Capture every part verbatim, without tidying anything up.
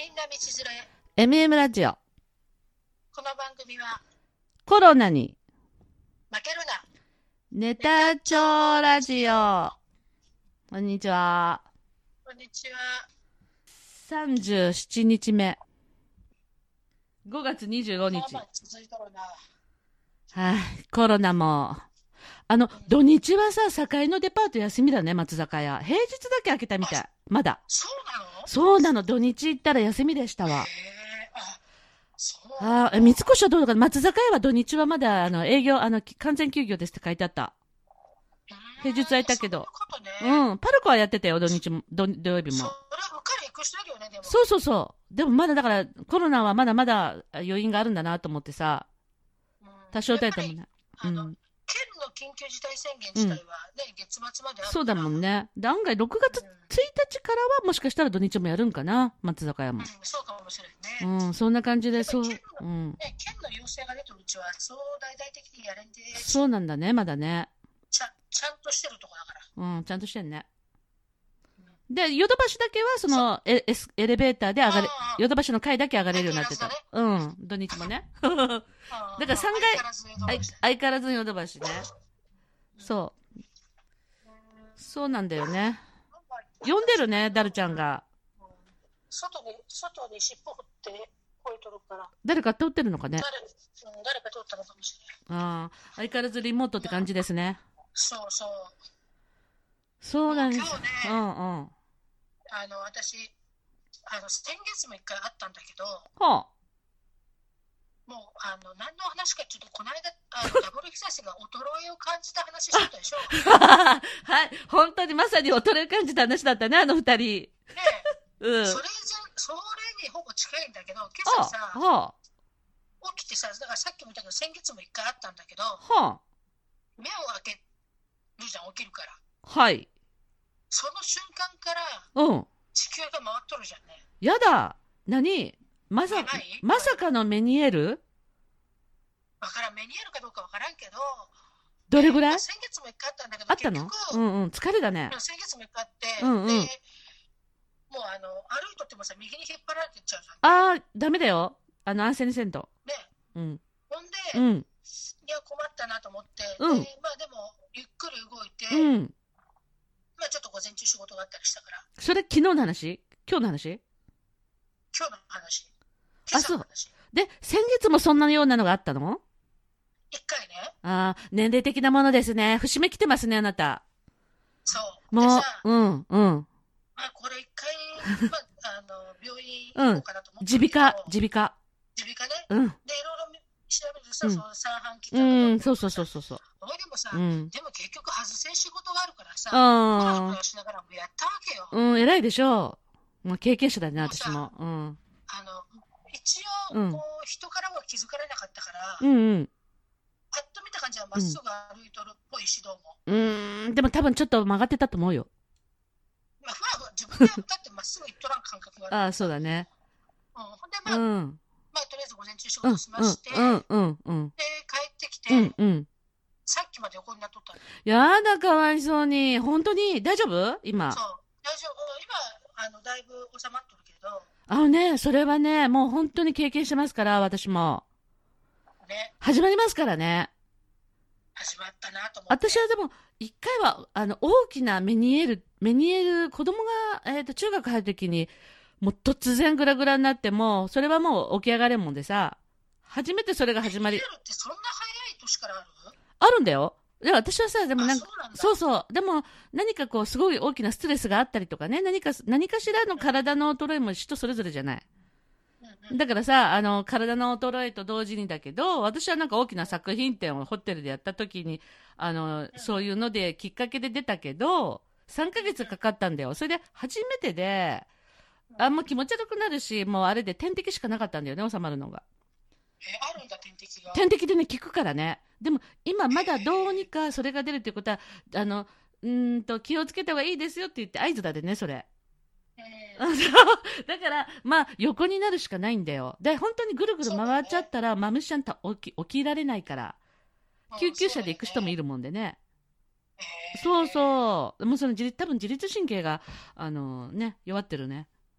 みんな道連れ。 エムエム ラジオ。 この番組はコロナに負けるな。 ネタ帳ラジオ。こんにちは。 こんにちは。 さんじゅうしちにちめ。ごがつにじゅうごにち。 まあまあ続いとるな。 はい、コロナも。あの、土日はさ、堺のデパート休みだね、松坂屋。平日だけ開けたみたい。まだ。 そうなの？ そうなの、土日行ったら休みでしたわ。 へえ、あ、そうあなんだ。 ー、三越はどうだかな。松坂屋は土日はまだ、あの、営業、あの、完全休業ですって書いてあった。 うーん平日空いたけど。 そういうことね。 うん、パルコはやってたよ、土日も、土土曜日そも。 れはうっかり行く人いるよね、でも。 そうそうそう。でもまだだから、コロナはまだまだ余韻があるんだなと思ってさ、 うん多少耐えたもんやっね。 ぱりあの、 うん。 県の緊急事態宣言自体はね、月末まであるから。 そうだもんね。で、案外ろくがつついたちからはもしかしたら土日もやるんかな、松坂屋も。 うん、そうかもしれないね。 うん、そんな感じで、そう、 やっぱり県の、 うん。 ね、県の要請が出てるうちは、そう大々的にやれんで、 そうなんだね、まだね。 ちゃちゃんとしてるとこだから。 うん、ちゃんとしてんね。で、ヨドバシだけは、その、エエスエレベーターで上がれああ、 ヨドバシの階だけ上がれるようになってた。 相うん、土日もね。だあからさんがい、 相変わらずヨド相バシだ相変わらずヨドバシね。そう。そうなんだよね。読んでるね、ダルちゃんが。 外に、外に尻尾振って声取るから、 誰か通ってるのかね。 誰、うん、誰か通ったのかもしれない。 ああ、相変わらずリモートって感じですね。 そうそう。 そうなんです。 もう今日ねうんうん。はあの、私、あの、先月も一回あったんだけど、 あ。 もう、あの、何の話かちょっと、この間、あのダブルヒサシが衰えを感じた話してたでしょ。 はい、本当にまさに衰え感じた話だったね、あの二人。 ねうん。 それじゃ、それにほぼ近いんだけど、今あ朝さ、 は起きてさ、だからさっきも言ったけど、先月も一回あったんだけど、 あ、は目を開けるじゃん、起きるから。 あ、はい。 その瞬間からうん。 地球が回っとるじゃんね。 やだ。何まさやばい、 まさかのメニエールわからん、目にあるかどうかわからんけど、 どれぐらいまあ先月も一回あったんだけど、 あったの結局、 うんうん。疲れだね。 先月も一回あって、 うんうんで、もうあの、歩いとってもさ、右に引っ張られていっちゃうじゃん。 ああ、ダメだよ。あの、安静にせんと。 ね。 うん。 ほんで、いうん。 や、困ったなと思って、 うんで、まあでも、ゆっくり動いて、 うん。 まあちょっと午前中仕事があったりしたから、 それ昨日の話今日の話今日の話、今朝の話、 で、先月もそんなようなのがあったの一回ね、 ああ、年齢的なものですね。節目来てますね、あなた。 そう。 もうでさ、、 うん、うん。 まあこれ一回、まあ、あの、病院うん行こうかなと思ってるけど、 耳鼻科、耳鼻科。 耳鼻科ね。 うん。 で、いろいろ調べるとさ、 うんその三半規う管ん、そうそうそうそうそう。 ほいでもさ、 うん。 でも結局外せん仕事があるからさ、 あふらふらしながらもやったわけよ。 うん、偉いでしょう。もう経験者だね、 もうさ私も。うん。 あの、一応、 うんこう、人からは気づかれなかったから、 うんうん。 パッと見た感じはまっすぐ歩いとるっぽいし、どうも。 うーん、でも多分ちょっと曲がってたと思うよ。 まあ、ふわふわ、自分でやったってまっすぐ行っとらん感覚がある。 ああ、そうだね。 うん。ほんで、 うまあ、 ん。 まあ、とりあえず午前中仕うん、 事しまして、 うん、うん、うん、うん。 で、帰ってきて、 うん、うん。 さっきまで横になっとったの。 やだ、かわいそうに。本当に大丈夫今。 そう。大丈夫。今、あの、だいぶ収まっとるけど、 あのね、それはね、もう本当に経験してますから、私も。 ね、 始まりますからね。 始まったなと思って。 私はでも、一回は、あの、大きなメニエール、メニエール、子供が、えっと、中学入るときに、もう突然グラグラになっても、それはもう起き上がれんもんでさ、初めてそれが始まり、 メニエールってそんな早い年からある？ あるんだよ。で、私はさ、でもなんかあ、そうなんだ。 そうそう。でも、何かこう、すごい大きなストレスがあったりとかね、何か、何かしらの体の衰えも人それぞれじゃない。 うんうん。 だからさ、あの、体の衰えと同時にだけど、私はなんか大きな作品展をホテルでやった時に、あの、そういうのできっかけで出たけど、さんかげつかかったんだよ。それで初めてで、あんま気持ち悪くなるし、もうあれで点滴しかなかったんだよね、収まるのが。 え、あるんだ、点滴が。 点滴でね、効くからね。でも、今まだどうにかそれが出るっていうことは、あの、うーんと、気をつけた方がいいですよって言って合図だでね、それ。 うん。 だから、まあ、横になるしかないんだよ。で、本当にぐるぐる回っちゃったら、マムシちゃんと起き、起きられないから、救急車で行く人もいるもんでね。そうそう。もうその自律、多分自律神経が、あのね、弱ってるね。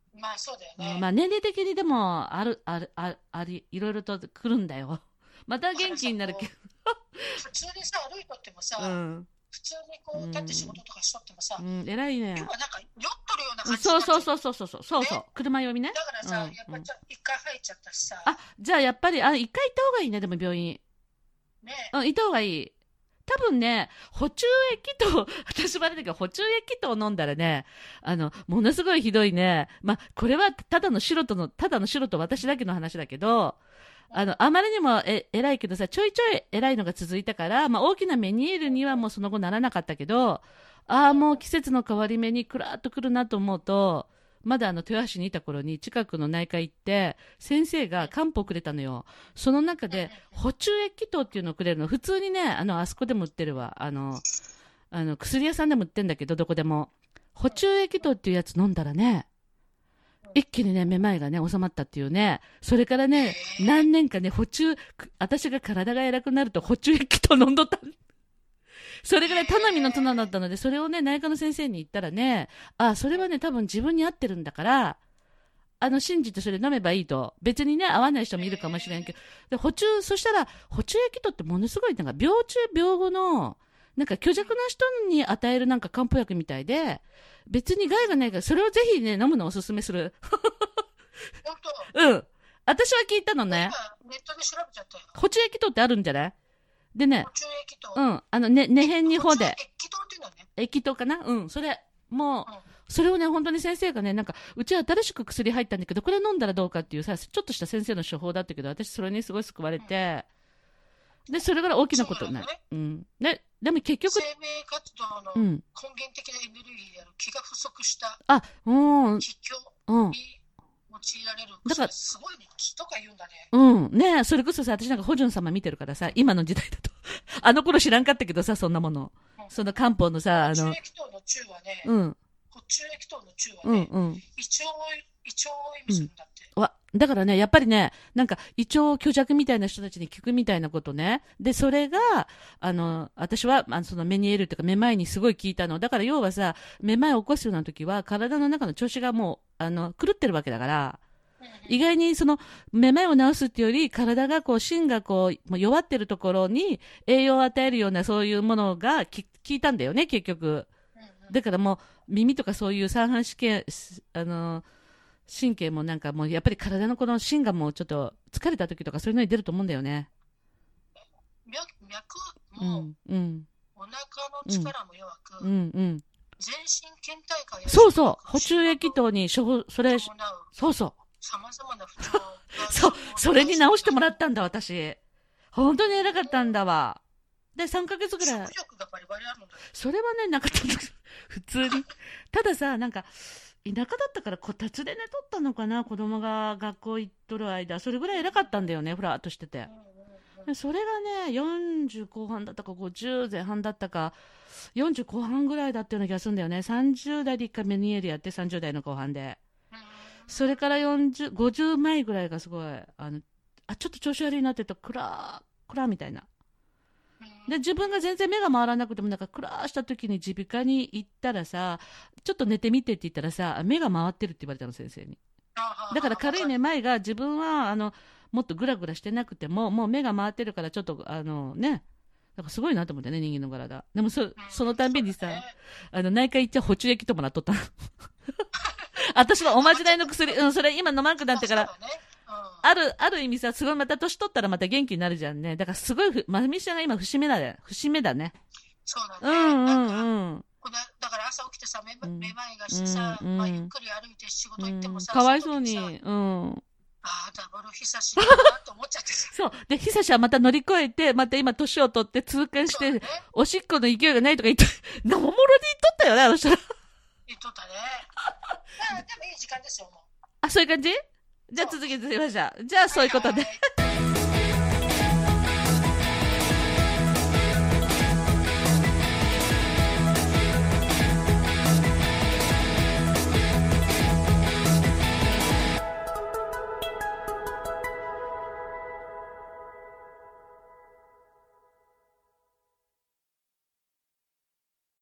まあそうだよね。 うんまあ年齢的にでも、ある、ある、ある、あり、いろいろと来るんだよ。また元気になるけど。 普通にさ、歩いとってもさ、 うん。 普通にこう立って仕事とかしとってもさ、 うん、偉いね。 要はなんか酔っとるような感じそうになっちゃう。 そうそうそうそうそうそう、 ね、 車酔いね。 だからさ、 うんやっぱちょ一回入っちゃったしさ。 あ、じゃあやっぱり、あ、一回行った方がいいね、でも病院。 ね。 うん、行った方がいい。多分ね、補充液と、私もあれだけど、補充液と飲んだらね、あの、ものすごいひどいね。まあ、これはただの素人の、ただの素人私だけの話だけど、あの、あまりにもえ偉いけどさ、ちょいちょい偉いのが続いたから、まあ、大きなメニエールにはもうその後ならなかったけど、ああ、もう季節の変わり目にくらーっとくるなと思うと、まだあの豊橋にいた頃に近くの内科行って、先生が漢方くれたのよ。その中で、補充液糖っていうのをくれるの。普通にね、あの、あそこでも売ってるわ。あの、あの、薬屋さんでも売ってんだけど、どこでも。補充液糖っていうやつ飲んだらね、一気にね、めまいがね、収まったっていうね。それからね、何年かね、補充、私が体が偉くなると補充液糖飲んどった。それぐらい頼みの綱だったので、それをね、内科の先生に言ったらね、あ、それはね、多分自分に合ってるんだから、あの、信じてそれ飲めばいいと。別にね、合わない人もいるかもしれんけど。で、補充、そしたら、補充液とってものすごい、なんか、病中、病後の、なんか、虚弱な人に与えるなんか漢方薬みたいで、別に害がないから、それをぜひね、飲むのをおすすめする。 本当うん。私は聞いたのね。 今、ネットで調べちゃったよ。 補充液とってあるんじゃないでね、 補充液糖。 うん、あのね、ねへんに方で。 液糖っていうのね。 液糖かなうん、それ、もう、 うん、 それをね、本当に先生がね、なんか、うちは新しく薬入ったんだけど、これ飲んだらどうかっていうさ、ちょっとした先生の処方だったけど、私それにすごい救われて、うん、で、それから大きなことになる。う、ね、うん。で、でも結局、 生命活動の根源的なエネルギーである気が不足した、 あ、うん。 気境に用いられる。だから、すごいね、気とか言うんだね。 うん。ねそれこそさ、私なんか、ホジュン様見てるからさ、今の時代だと。あの頃知らんかったけどさ、そんなもの。うん、その漢方のさ、あの。 補充液糖の中はね、 うん。 補充液糖の中はね、 うんうん、 胃腸を、胃腸を意味するんだって。 うん、わ、だからね、やっぱりね、なんか、胃腸虚弱みたいな人たちに聞くみたいなことね。で、それが、あの、私は、あのそのメニエールというか、めまいにすごい効いたの。だから要はさ、めまいを起こすような時は、体の中の調子がもう、あの、狂ってるわけだから、意外にその、めまいを治すっていうより、体がこう、芯がこう、弱ってるところに栄養を与えるようなそういうものが効いたんだよね、結局。だからもう、耳とかそういう三半神経、あの、神経もなんかもう、やっぱり体のこの芯がもうちょっと疲れた時とかそういうのに出ると思うんだよね。 脈、脈も、うんうん、お腹の力も弱く、 うんうんうん全身倦怠感やそうそう、補充液糖に処方、それ、そうそう。 様々な不調がそう、それに直してもらったんだ、私。本当に偉かったんだわ。で、さんかげつぐらい。 食欲がバリバリあるんだ。 それはね、なかったんだけど、普通に。たださ、なんか、田舎だったからこたつで寝とったのかな、子供が学校行っとる間。それぐらい偉かったんだよね、ふらっとしてて。でそれがね、よんじゅうこう半だったか、ごじゅうぜん半だったか、よんじゅうこう半ぐらいだったような気がするんだよね。さんじゅう代で一回メニエールやって、さんじゅう代の後半で。それからよんじゅう、ごじゅう前ぐらいがすごい、あの、あ、ちょっと調子悪いなって言うと、クラー、クラーみたいな。で、自分が全然目が回らなくても、なんかクラーした時に耳鼻科に行ったらさ、ちょっと寝てみてって言ったらさ、目が回ってるって言われたの、先生に。だから軽いめまいが自分は、あの、もっとグラグラしてなくても、もう目が回ってるからちょっと、あのね、だからすごいなと思ってね、人間の体。でもそ、そのたんびにさ、あの、内科行っちゃ補充液ともらっとったの。私はおまじないの薬、うん、それ今飲まなくなってから、ある、ある意味さ、すごいまた年取ったらまた元気になるじゃんね。だからすごい、まみしちゃんが今節目だね。節目だね。 そうだね。 うんうんうん。 だから朝起きてさ、めめまいがしてさ、 うんうんまあ、ゆっくり歩いて仕事行ってもさ、 うん、かわいそうに。うん。 ああ、ダブル久しだなと思っちゃってさ。 そう。で、久しはまた乗り越えて、また今年を取って通過して、ね、おしっこの勢いがないとか言って、生もろで言っとったよね、あの人。 言っとったね。まあ、でもいい時間ですよ、もう。 あ、そういう感じじゃあ続けてみましょう。じゃあそういうことで。